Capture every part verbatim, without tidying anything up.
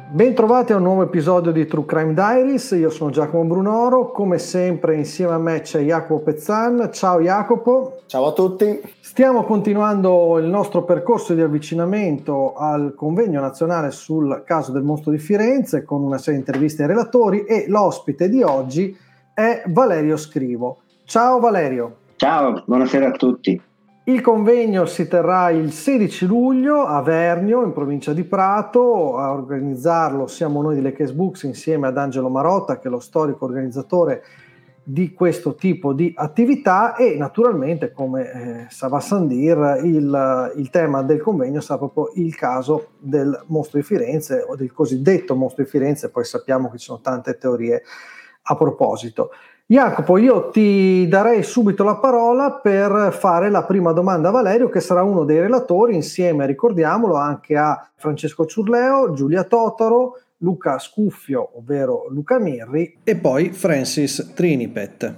Bentrovati a un nuovo episodio di True Crime Diaries, io sono Giacomo Brunoro, come sempre insieme a me c'è Jacopo Pezzan. Ciao Jacopo. Ciao a tutti. Stiamo continuando il nostro percorso di avvicinamento al convegno nazionale sul caso del mostro di Firenze con una serie di interviste ai relatori e l'ospite di oggi è Valerio Scrivo. Ciao Valerio. Ciao, buonasera a tutti. Il convegno si terrà il sedici luglio a Vernio, in provincia di Prato. A organizzarlo siamo noi di Le Case Books insieme ad Angelo Marotta, che è lo storico organizzatore di questo tipo di attività, e naturalmente, come eh, sa Vassandir, il, il tema del convegno sarà proprio il caso del mostro di Firenze o del cosiddetto mostro di Firenze. Poi sappiamo che ci sono tante teorie a proposito. Jacopo, io ti darei subito la parola per fare la prima domanda a Valerio, che sarà uno dei relatori, insieme, ricordiamolo, anche a Francesco Ciurleo, Giulia Totaro, Luca Scuffio, ovvero Luca Mirri, e poi Francis Trinipet.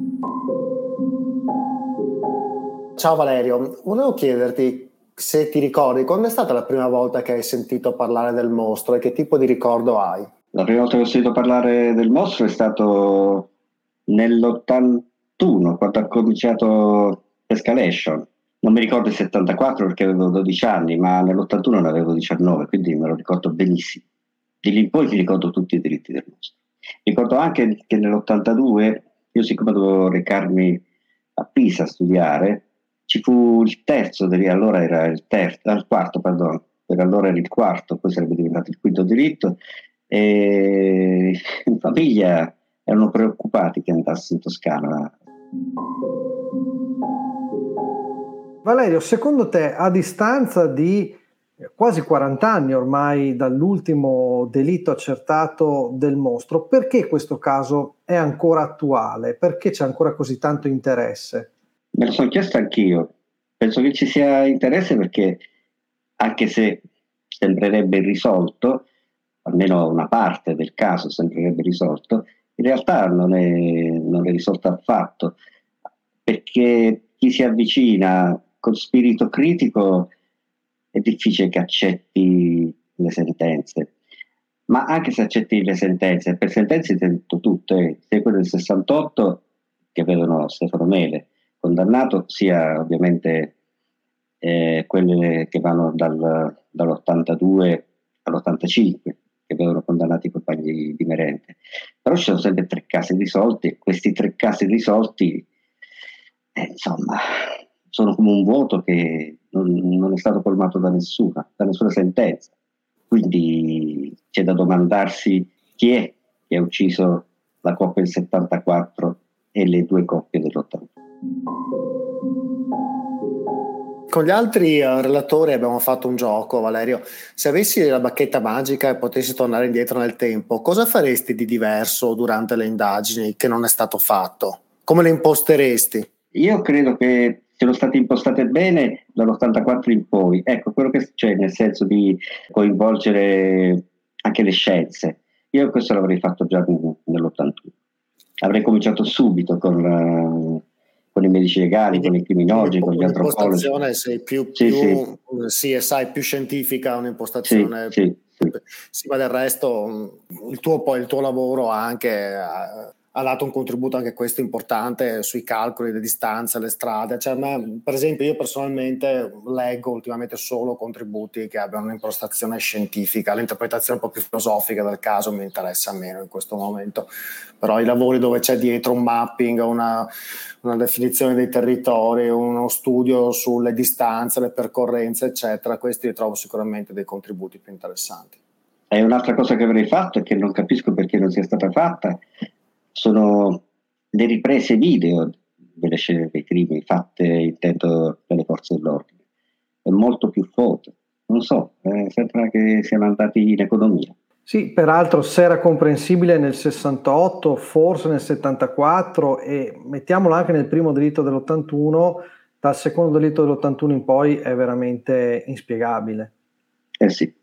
Ciao Valerio, volevo chiederti se ti ricordi quando è stata la prima volta che hai sentito parlare del mostro e che tipo di ricordo hai? La prima volta che ho sentito parlare del mostro è stato nell'ottantuno, quando ha cominciato Escalation. Non mi ricordo il settantaquattro perché avevo dodici anni, ma nell'ottantuno ne avevo diciannove, quindi me lo ricordo benissimo. Di lì in poi mi ricordo tutti i diritti del mostro. Ricordo anche che nell'ottantadue, io siccome dovevo recarmi a Pisa a studiare, ci fu il terzo, allora era il terzo, il quarto, perdono, per allora era il quarto, poi sarebbe diventato il quinto diritto, e in famiglia erano preoccupati che andassi in Toscana. Valerio, secondo te, a distanza di quasi quaranta anni ormai dall'ultimo delitto accertato del mostro, perché questo caso è ancora attuale? Perché c'è ancora così tanto interesse? Me lo sono chiesto anch'io. Penso che ci sia interesse perché, anche se sembrerebbe irrisolto, almeno una parte del caso sembrerebbe risolto, in realtà non è, non è risolto affatto, perché chi si avvicina con spirito critico è difficile che accetti le sentenze. Ma anche se accetti le sentenze, per sentenze intendo tutte, sia quelle del sessantotto che vedono Stefano Mele condannato, sia ovviamente eh, quelle che vanno dal, dall'ottantadue all'ottantacinque, che vedono condannati i compagni di merende. Però ci sono sempre tre casi risolti, e questi tre casi risolti eh, insomma sono come un vuoto che non, non è stato colmato da nessuna, da nessuna sentenza. Quindi c'è da domandarsi chi è che ha ucciso la coppia del settantaquattro e le due coppie dell'ottantuno. Con gli altri uh, relatori abbiamo fatto un gioco, Valerio. Se avessi la bacchetta magica e potessi tornare indietro nel tempo, cosa faresti di diverso durante le indagini che non è stato fatto? Come le imposteresti? Io credo che siano state impostate bene dall'ottantaquattro in poi. Ecco, quello che c'è, nel senso di coinvolgere anche le scienze. Io questo l'avrei fatto già nell'ottantuno. Avrei cominciato subito con... Uh, con i medici legali, quindi, con i criminologi, con gli antropologi. Un'impostazione sei più, più sì, sì. sì, sai, più scientifica, un'impostazione. Sì, sì, sì. Sì, ma del resto il tuo, poi, il tuo lavoro anche ha, ha dato un contributo anche questo importante sui calcoli, le distanze, le strade. Cioè, ma, per esempio, io personalmente leggo ultimamente solo contributi che abbiano un'impostazione scientifica. L'interpretazione un po' più filosofica del caso mi interessa meno in questo momento. Però i lavori dove c'è dietro un mapping, una, una definizione dei territori, uno studio sulle distanze, le percorrenze, eccetera, questi li trovo sicuramente dei contributi più interessanti. E un'altra cosa che avrei fatto e che non capisco perché non sia stata fatta sono le riprese video delle scene dei crimini fatte, intendo, dalle forze dell'ordine. È molto più foto. Non so, eh, sembra che siano andati in economia. Sì, peraltro se era comprensibile nel sessantotto, forse nel settantaquattro, e mettiamolo anche nel primo delitto dell'ottantuno, dal secondo delitto dell'ottantuno in poi è veramente inspiegabile. Eh sì.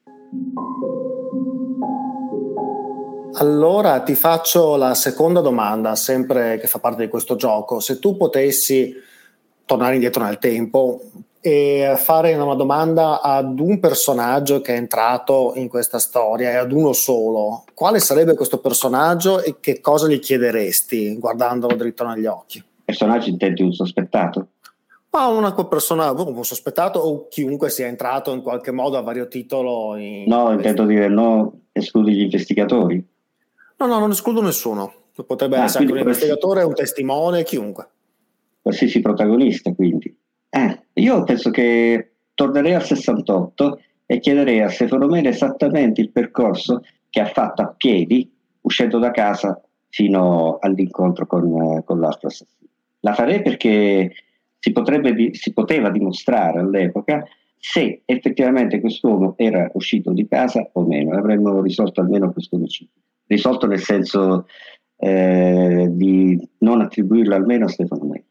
Allora ti faccio la seconda domanda, sempre che fa parte di questo gioco. Se tu potessi tornare indietro nel tempo, e fare una domanda ad un personaggio che è entrato in questa storia e ad uno solo, quale sarebbe questo personaggio e che cosa gli chiederesti guardandolo dritto negli occhi? Personaggio intendi un sospettato? Ma una persona, un sospettato o chiunque sia entrato in qualche modo a vario titolo in no, questi... intendo dire no, escludi gli investigatori? No, no, non escludo nessuno, potrebbe ah, essere anche un qualsiasi... investigatore, un testimone, chiunque, qualsiasi protagonista. Quindi eh, io penso che tornerei al sessantotto e chiederei a Secondo me esattamente il percorso che ha fatto a piedi uscendo da casa fino all'incontro con, con l'altro assassino. La farei perché si, potrebbe, si poteva dimostrare all'epoca se effettivamente quest'uomo era uscito di casa o meno, avremmo risolto almeno questo omicidio. Risolto nel senso eh, di non attribuirlo almeno a Stefano Mei.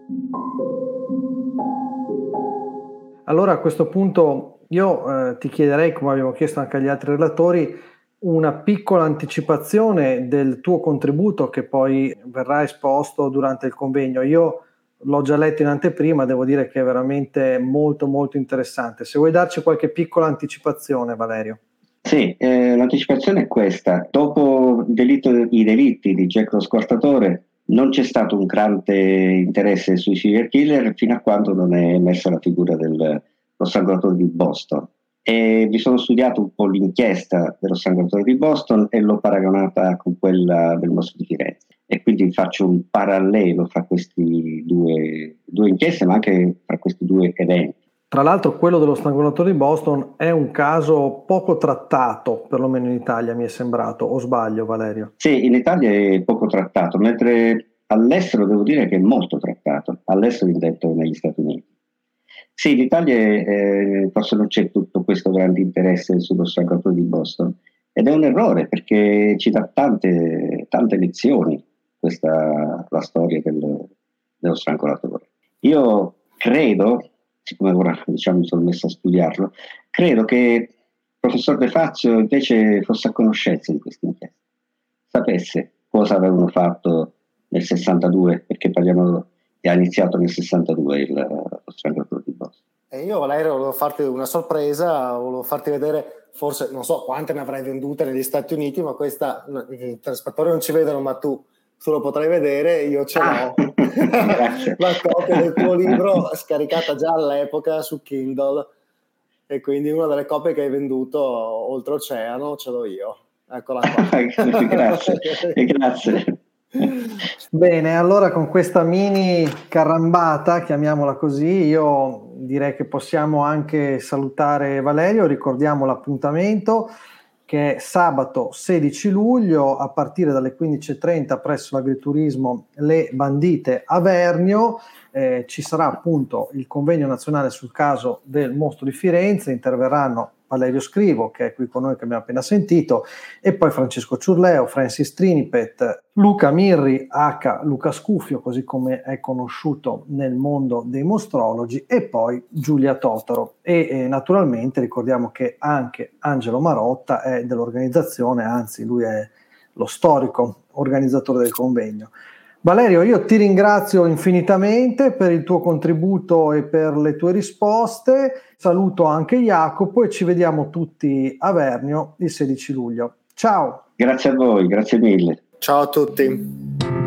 Allora a questo punto io eh, ti chiederei, come abbiamo chiesto anche agli altri relatori, una piccola anticipazione del tuo contributo che poi verrà esposto durante il convegno. Io l'ho già letto in anteprima, devo dire che è veramente molto molto interessante. Se vuoi darci qualche piccola anticipazione, Valerio. Sì, eh, l'anticipazione è questa. Dopo il delitto, i delitti di Jack lo Squartatore non c'è stato un grande interesse sui serial killer fino a quando non è emersa la figura dello strangolatore di Boston. E mi sono studiato un po' l'inchiesta dello strangolatore di Boston e l'ho paragonata con quella del mostro di Firenze. E quindi faccio un parallelo fra questi due, due inchieste, ma anche fra questi due eventi. Tra l'altro quello dello strangolatore di Boston è un caso poco trattato, perlomeno in Italia mi è sembrato, o sbaglio, Valerio? Sì, in Italia è poco trattato, mentre all'estero devo dire che è molto trattato, all'estero intendo negli Stati Uniti. Sì, in Italia eh, forse non c'è tutto questo grande interesse sullo strangolatore di Boston ed è un errore perché ci dà tante, tante lezioni questa, la storia del, dello strangolatore. Io credo, siccome ora diciamo, mi sono messo a studiarlo, credo che il professor De Fazio invece fosse a conoscenza di questa inchiesta, sapesse cosa avevano fatto nel sessantadue, perché parliamo ha iniziato nel sessantadue il, lo strangolatore di Boston. E io, Valerio, volevo farti una sorpresa, volevo farti vedere, forse non so quante ne avrai vendute negli Stati Uniti, ma questa i telespettatori non ci vedono, ma tu, tu lo potrai vedere, io ce l'ho. Ah, la copia del tuo libro scaricata già all'epoca su Kindle, e quindi una delle copie che hai venduto oltreoceano ce l'ho io. Eccola qua. Grazie, grazie. Bene, allora con questa mini carambata, chiamiamola così, io direi che possiamo anche salutare Valerio. Ricordiamo l'appuntamento che è sabato sedici luglio a partire dalle quindici e trenta presso l'agriturismo Le Bandite a Vernio. Eh, ci sarà appunto il convegno nazionale sul caso del mostro di Firenze, interverranno Valerio Scrivo, che è qui con noi, che abbiamo appena sentito, e poi Francesco Ciurleo, Francis Trinipet, Luca Mirri, H. Luca Scuffio, così come è conosciuto nel mondo dei mostrologi, e poi Giulia Totaro. E eh, naturalmente ricordiamo che anche Angelo Marotta è dell'organizzazione, anzi lui è lo storico organizzatore del convegno. Valerio, io ti ringrazio infinitamente per il tuo contributo e per le tue risposte. Saluto anche Jacopo e ci vediamo tutti a Vernio il sedici luglio. Ciao. Grazie a voi, grazie mille. Ciao a tutti.